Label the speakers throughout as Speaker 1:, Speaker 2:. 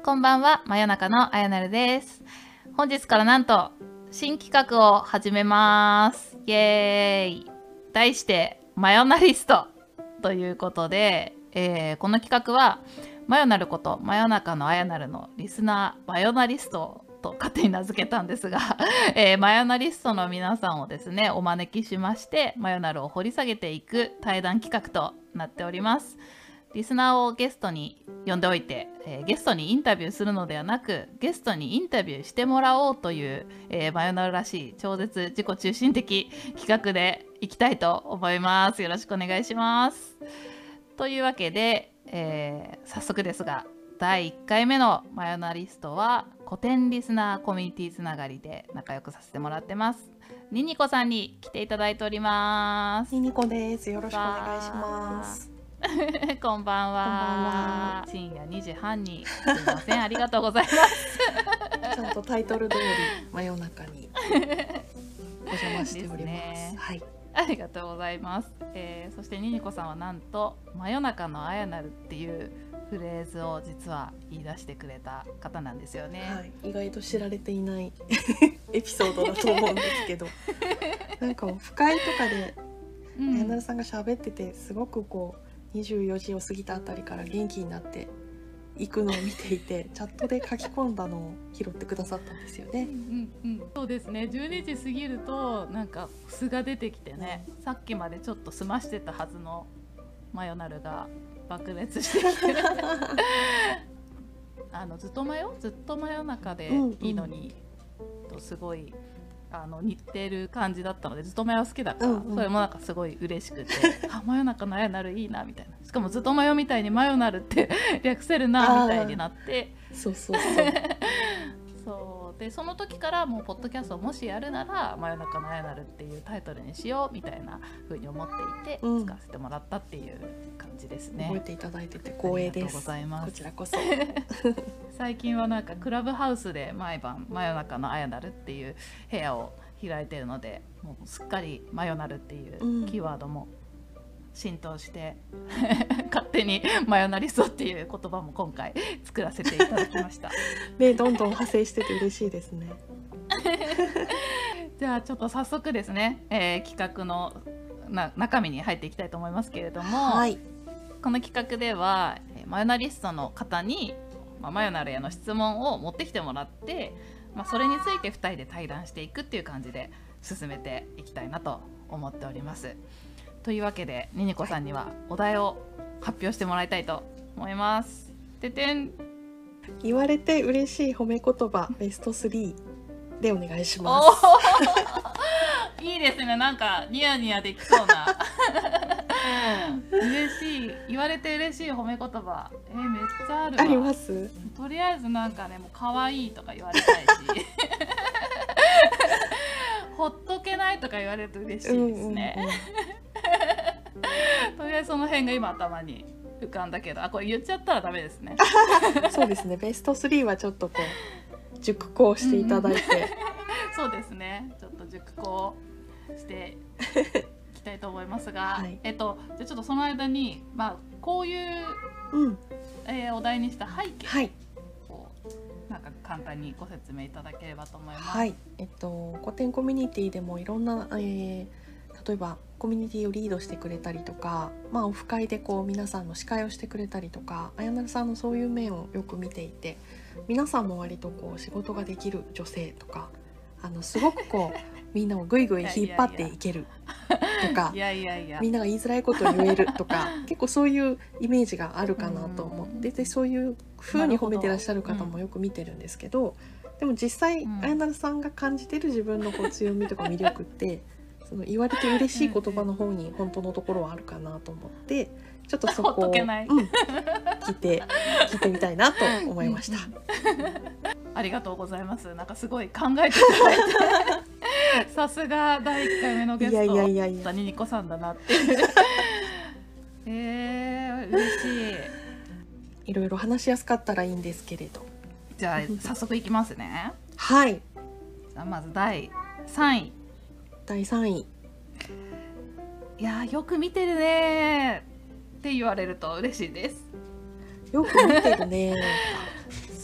Speaker 1: こんばんは、真夜中のあやなるです。本日からなんと新企画を始めます。イエーイ。題してマヨナリストということで、この企画はマヨナルこと真夜中のあやなるのリスナーマヨナリストと勝手に名付けたんですが、マヨナリストの皆さんをですねお招きしましてマヨナルを掘り下げていく対談企画となっております。リスナーをゲストに呼んでおいて、ゲストにインタビューするのではなくゲストにインタビューしてもらおうという、マヨナルらしい超絶自己中心的企画でいきたいと思います。よろしくお願いします。というわけで、早速ですが第1回目のマヨナリストは古典リスナーコミュニティつながりで仲良くさせてもらってますニニコさんに来ていただいております。
Speaker 2: ニニコです。よろしくお願いします。
Speaker 1: こんばんは。深夜2時半にすみませんありがとうございます
Speaker 2: ちゃんとタイトル通り真夜中にお邪魔しております。はい。
Speaker 1: ありがとうございます。そしてニニコさんはなんと真夜中のあやなるっていうフレーズを実は言い出してくれた方なんですよね。
Speaker 2: はい、意外と知られていないエピソードだと思うんですけど、なんか深いとかであやなるさんが喋っててすごくこう24時を過ぎたあたりから元気になっていくのを見ていてチャットで書き込んだのを拾ってくださったんですよね。
Speaker 1: そうですね。12時過ぎるとなんか素が出てきてね、さっきまでちょっと済ましてたはずのマヨナルが爆裂してきてずっと真夜中でいいのに、すごい似てる感じだったのでずっとマヨ好きだから、それもなんかすごい嬉しくてあ真夜中のあやなるいいなみたいな、しかもずっとマヨみたいにマヨナルって略せるなみたいになって
Speaker 2: そう
Speaker 1: そうでその時からもうポッドキャストをもしやるなら真夜中のあやなるっていうタイトルにしようみたいな風に思っていて、使わせてもらったっていう感じですね。
Speaker 2: 覚えていただいてて光栄です。
Speaker 1: ありがとうございます。
Speaker 2: こちらこそ
Speaker 1: 最近はなんかクラブハウスで毎晩真夜中のあやなるっていう部屋を開いてるので、もうすっかり真夜なるっていうキーワードも浸透して、勝手にマヨナリストっていう言葉も今回作らせていただきました
Speaker 2: ね、どんどん派生してて嬉しいですね
Speaker 1: じゃあちょっと早速ですね、企画の中身に入っていきたいと思いますけれども、
Speaker 2: はい、
Speaker 1: この企画ではマヨナリストの方に、マヨナルへの質問を持ってきてもらって、それについて2人で対談していくっていう感じで進めていきたいなと思っております。というわけでニニコさんにはお題を発表してもらいたいと思います。ててん。
Speaker 2: 言われて嬉しい褒め言葉ベスト3でお願いします。
Speaker 1: いいですね。なんかニヤニヤできそうな嬉しい、言われて嬉しい褒め言葉、めっちゃあるわ。
Speaker 2: あります。
Speaker 1: とりあえずなんかね、もう可愛いとか言われたいしほっとけないとか言われると嬉しいですね、とりあえずその辺が今頭に浮かんだけど、これ言っちゃったらダメですね
Speaker 2: そうですね。ベスト3はちょっとこう熟考していただいて、
Speaker 1: そうですね。ちょっと熟考していきたいと思いますが、
Speaker 2: はい、
Speaker 1: じゃあちょっとその間に、こういう、お題にした背景をなんか簡単にご説明いただければと思います。
Speaker 2: はい、古典コミュニティでもいろんな、例えばコミュニティをリードしてくれたりとか、オフ会でこう皆さんの司会をしてくれたりとか、あやなるさんのそういう面をよく見ていて、皆さんも割とこう仕事ができる女性とか、すごくこうみんなをぐいぐい引っ張っていけるとかみんなが言いづらいことを言えるとか結構そういうイメージがあるかなと思ってて、そういう風に褒めてらっしゃる方もよく見てるんですけど、でも実際あやなるさんが感じてる自分のこう強みとか魅力ってその言われて嬉しい言葉の方に本当のところはあるかなと思って、ちょっとそこを、聞いてみたいなと思いました
Speaker 1: ありがとうございます。なんかすごい考えていただいてさすが第1回目のゲストニニコさんだなって嬉しい。
Speaker 2: いろいろ話しやすかったらいいんですけれど、
Speaker 1: じゃあ早速いきますね
Speaker 2: はい。
Speaker 1: じゃあまず第3位。
Speaker 2: 第3位。
Speaker 1: いやよく見てるねって言われると嬉しいです。
Speaker 2: よく見てるね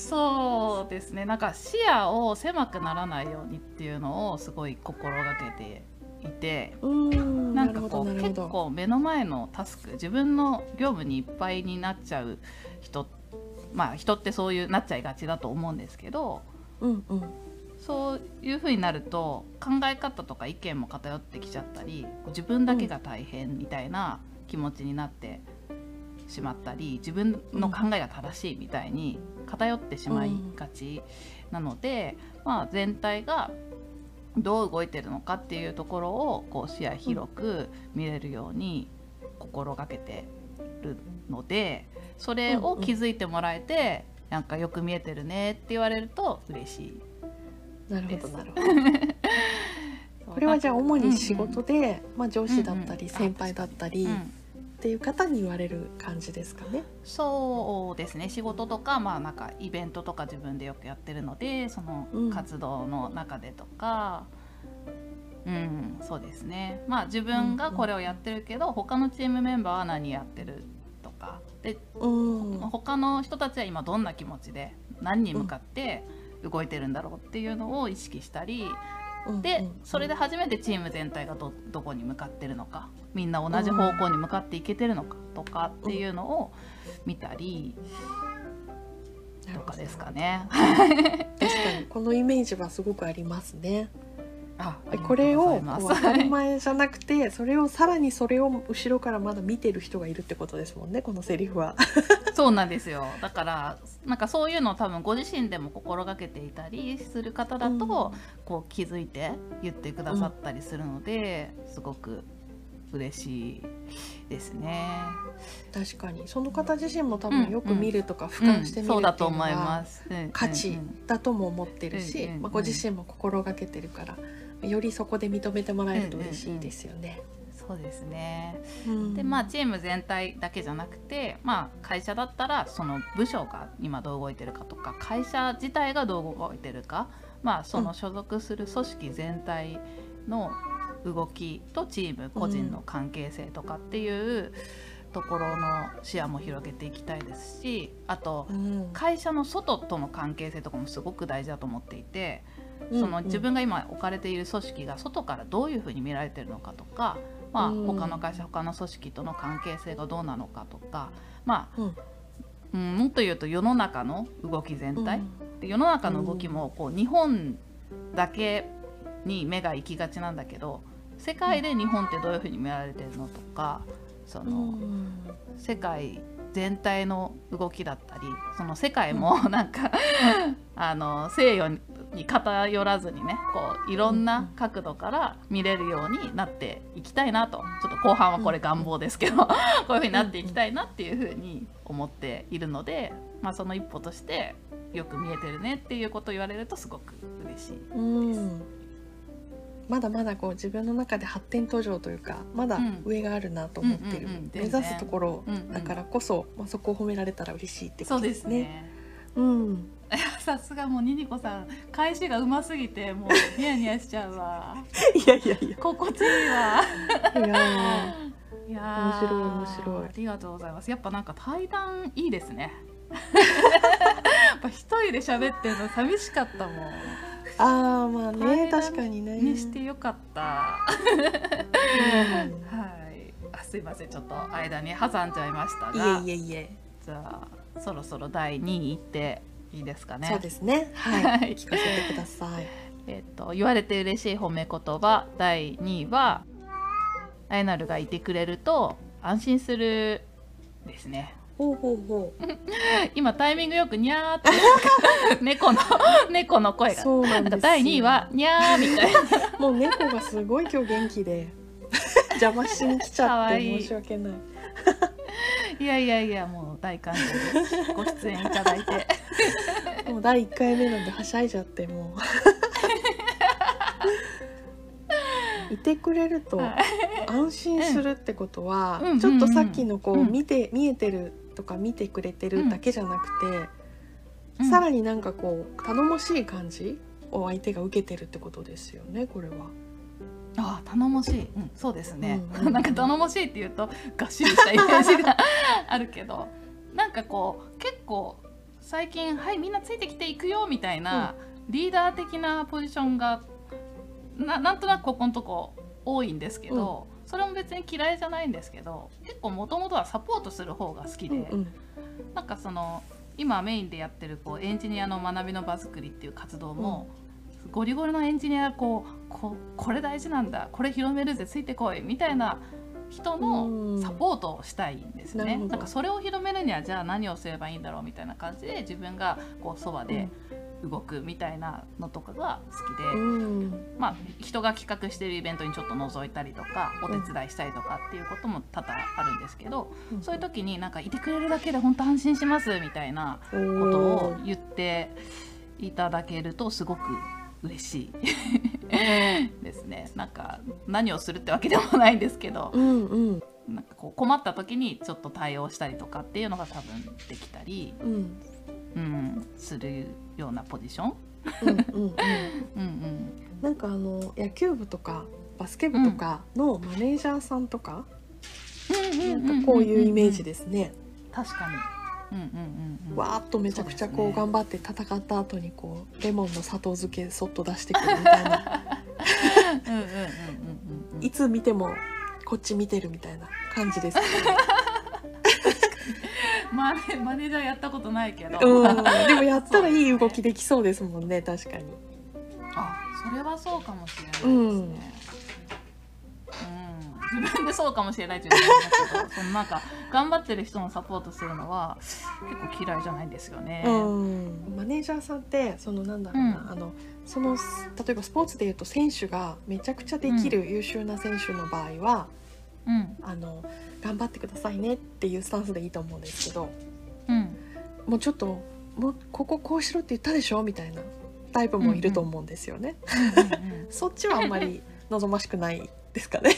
Speaker 1: そうですね、なんか視野を狭くならないようにっていうのをすごい心がけていて、なんかこう結構目の前のタスク、自分の業務にいっぱいになっちゃう人、まあ人ってそういうなっちゃいがちだと思うんですけど、そういう風になると考え方とか意見も偏ってきちゃったり、自分だけが大変みたいな気持ちになってしまったり、自分の考えが正しいみたいに偏ってしまいがちなので、まあ、全体がどう動いてるのかっていうところをこう視野広く見れるように心がけてるので、それを気づいてもらえて、なんかよく見えてるねって言われると嬉しい。
Speaker 2: なるほどなるほどこれはじゃあ主に仕事で、まあ、上司だったり先輩だったりっていう方に言われる感じですかね。
Speaker 1: そうですね、仕事とか、まあなんかイベントとか自分でよくやってるので、その活動の中でとか、そうですね、まあ自分がこれをやってるけど、他のチームメンバーは何やってるとかで、他の人たちは今どんな気持ちで何に向かって動いてるんだろうっていうのを意識したり、でそれで初めてチーム全体がどこに向かってるのか、みんな同じ方向に向かっていけてるのかとかっていうのを見たりとかですかね。
Speaker 2: 確かにこのイメージはすごくありますね。これを当たり前じゃなくて、それをさらにそれを後ろからまだ見てる人がいるってことですもんね、このセリフは。
Speaker 1: そうなんですよ。だからなんかそういうのを多分ご自身でも心がけていたりする方だと、こう気づいて言ってくださったりするので、すごく嬉しいですね。
Speaker 2: 確かにその方自身も多分よく見るとか俯瞰してみるっていうのは価値だとも思ってるし、ご自身も心がけてるから、よりそこで認めてもらえると嬉しいですよね。
Speaker 1: そうですね。でまあチーム全体だけじゃなくて、まあ会社だったらその部署が今どう動いてるかとか、会社自体がどう動いてるか、まあその所属する組織全体の動きとチーム個人の関係性とかっていうところの視野も広げていきたいですし、あと会社の外との関係性とかもすごく大事だと思っていて、その自分が今置かれている組織が外からどういうふうに見られてるのかとか、まあ、他の会社他の組織との関係性がどうなのかとか、まあもっと言うと世の中の動き全体、世の中の動きもこう日本だけに目が行きがちなんだけど、世界で日本ってどういうふうに見られてるのとか、その世界全体の動きだったり、その世界もなんか西洋に偏らずにね、こういろんな角度から見れるようになっていきたいなと、ちょっと後半はこれ願望ですけどこういうふうになっていきたいなっていうふうに思っているので、まあ、その一歩としてよく見えてるねっていうことを言われるとすごく嬉しいです。
Speaker 2: まだまだこう自分の中で発展途上というか、まだ上があるなと思ってる、目指すところだからこそ、まあ、そこを褒められたら嬉しいってことですね。
Speaker 1: さすがもうニニコさん、返しがうますぎてもうニヤニヤしちゃうわ。
Speaker 2: いやいやいや、
Speaker 1: 心地いいわ。
Speaker 2: いや面白い面白い。
Speaker 1: ありがとうございます。やっぱなんか対談いいですね。やっぱ一人で喋ってるの寂しかったもん。
Speaker 2: まあね、確かにね。
Speaker 1: にしてよかった。はい。すいません、ちょっと間に挟んじゃいましたが。
Speaker 2: いえいえいえ。
Speaker 1: じゃあそろそろ第2位いっていいですかね。
Speaker 2: そうですね。はい。聞かせてください。
Speaker 1: 言われて嬉しい褒め言葉第2位は、あやなるがいてくれると安心するですね。今タイミングよくニャーって猫の声が、なんか第2位はニャーみたいな。
Speaker 2: もう猫がすごい今日元気で邪魔しに来ちゃって申し訳ない。
Speaker 1: いやいやいや、もう大歓迎です。ご出演いただいて。
Speaker 2: もう第1回目なんではしゃいじゃってもういてくれると安心するってことは、ちょっとさっきのこう見えてるとか見てくれてるだけじゃなくて、さらになんかこう頼もしい感じを相手が受けてるってことですよね、これは。
Speaker 1: 頼もしい、そうですね。なんか頼もしいっていうとがっしりしたイメージがあるけど、なんかこう結構最近はいみんなついてきていくよみたいな、リーダー的なポジションがなんとなくここのとこ多いんですけど、それも別に嫌いじゃないんですけど、結構もともとはサポートする方が好きで、なんかその今メインでやってるこうエンジニアの学びの場作りっていう活動も、ゴリゴリのエンジニアこれ大事なんだ、これ広めるぜついてこいみたいな人のサポートをしたいんですね。なんかそれを広めるにはじゃあ何をすればいいんだろうみたいな感じで自分がこうそばで動くみたいなのとかが好きで、まあ人が企画しているイベントにちょっと覗いたりとかお手伝いしたりとかっていうことも多々あるんですけど、そういう時になんかいてくれるだけで本当安心しますみたいなことを言っていただけるとすごく嬉しいですね。なんか何をするってわけでもないんですけど、なんかこう困った時にちょっと対応したりとかっていうのが多分できたり、するようなポジション。
Speaker 2: なんか野球部とかバスケ部とかのマネージャーさんとか、なんかこういうイメージですね。
Speaker 1: 確かに。
Speaker 2: わーっとめちゃくちゃこう頑張って戦った後にこうレモンの砂糖漬けそっと出してくるみたいな、いつ見てもこっち見てるみたいな感じですね。
Speaker 1: マネージャーやったことないけど、
Speaker 2: でもやったらいい動きできそうですもんね。確かに。
Speaker 1: あ、それはそうかもしれないですね。自分でそうかもしれないって言うんだけど、そのなんか頑張ってる人のサポートするのは結構嫌いじゃないんですよね。
Speaker 2: マネージャーさんってそのなんだろうな、その例えばスポーツでいうと選手がめちゃくちゃできる優秀な選手の場合は、頑張ってくださいねっていうスタンスでいいと思うんですけど、もうちょっともうこうしろって言ったでしょみたいなタイプもいると思うんですよね。そっちはあんまり望ましくないですかね。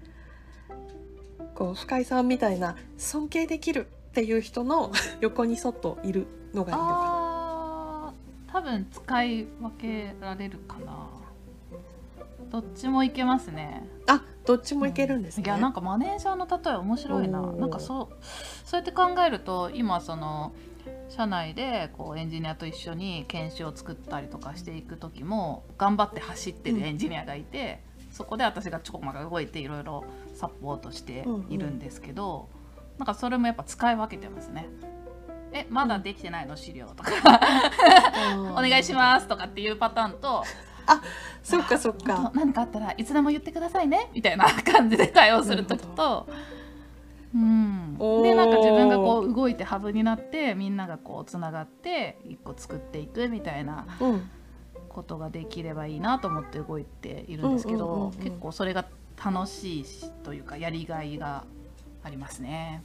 Speaker 2: こう深井さんみたいな尊敬できるっていう人の横にそっといるのがいいのか
Speaker 1: な。多分使い分けられるかな。どっちもいけますね。
Speaker 2: あ、どっちもいけるんですね。
Speaker 1: いや、なんかマネージャーの例え面白いな。なんかそうやって考えると、今その社内でこうエンジニアと一緒に研修を作ったりとかしていく時も頑張って走ってるエンジニアがいて、そこで私がちょこまか動いていろいろサポートしているんですけど、なんかそれもやっぱ使い分けてますね。まだできてないの資料とかお願いしますとかっていうパターンと、
Speaker 2: あ、そっかそっか、
Speaker 1: 何かあったらいつでも言ってくださいねみたいな感じで対応する時と、でなんか自分がこう動いてハブになってみんながこうつながって一個作っていくみたいなことができればいいなと思って動いているんですけど、結構それが楽しいというかやりがいがありますね。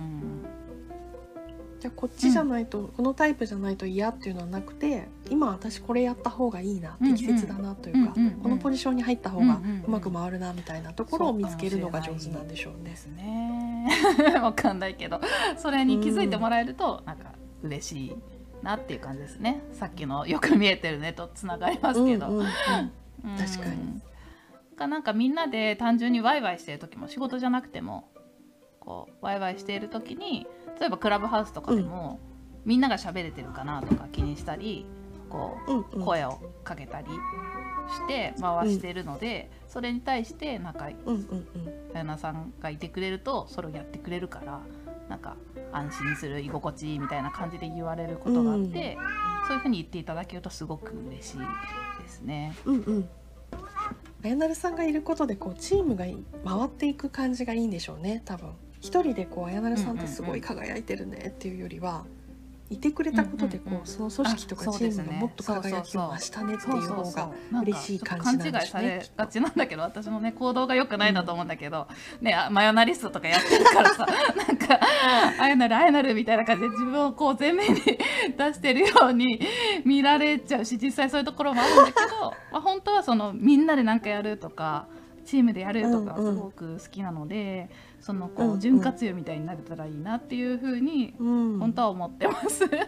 Speaker 2: じゃあこっちじゃないと、このタイプじゃないと嫌っていうのはなくて、今私これやった方がいいな、適切だなというか、このポジションに入った方がうまく回るなみたいなところを見つけるのが上手なんでしょうね。
Speaker 1: ですね。わかんないけど、それに気づいてもらえるとなんか嬉しいなっていう感じですね。さっきのよく見えてるねとつながりますけど、確
Speaker 2: かに。
Speaker 1: なんかみんなで単純にワイワイしてる時も、仕事じゃなくてもこうワイワイしている時に、例えばクラブハウスとかでも、みんなが喋れてるかなとか気にしたり、こう、声をかけたりして回しているので、それに対してなんか綾菜さんがいてくれるとそれをやってくれるから、なんか安心する、居心地いいみたいな感じで言われることがあって、そういう風に言っていただけるとすごく嬉しいですね。
Speaker 2: 綾成さんがいることでこうチームが回っていく感じがいいんでしょうね。多分一人でこう綾成さんってすごい輝いてるねっていうよりは、いてくれたことでこうその組織とかチームがもっと輝きを増したねっていう方が嬉しい感じなんでしょうね。
Speaker 1: 勘違いされがちなんだけど、私もね行動が良くないんだと思うんだけど、マヨナリストとかやってるからさ、なんかあやなるみたいな感じで自分をこう前面に出してるように見られちゃうし、実際そういうところもあるんだけど、本当はそのみんなで何かやるとかチームでやるとかすごく好きなので、そのこう潤滑油みたいになれたらいいなっていう風に本当は思ってます。で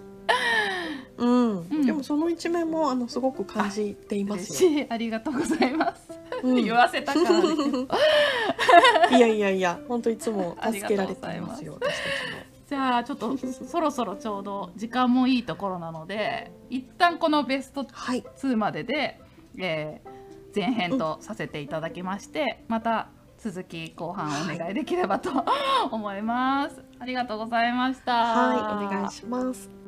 Speaker 2: もその一面もすごく感じています
Speaker 1: よ。ありがとうございます。言わせたからです。
Speaker 2: いや本当いつも助けられていますよ、私たちも。
Speaker 1: じゃあちょっとそろそろちょうど時間もいいところなので、一旦このベスト
Speaker 2: はい
Speaker 1: 2までで、前編とさせていただきまして、また続き後半お願いできればと思います。ありがとうございました。
Speaker 2: はい、お願いします。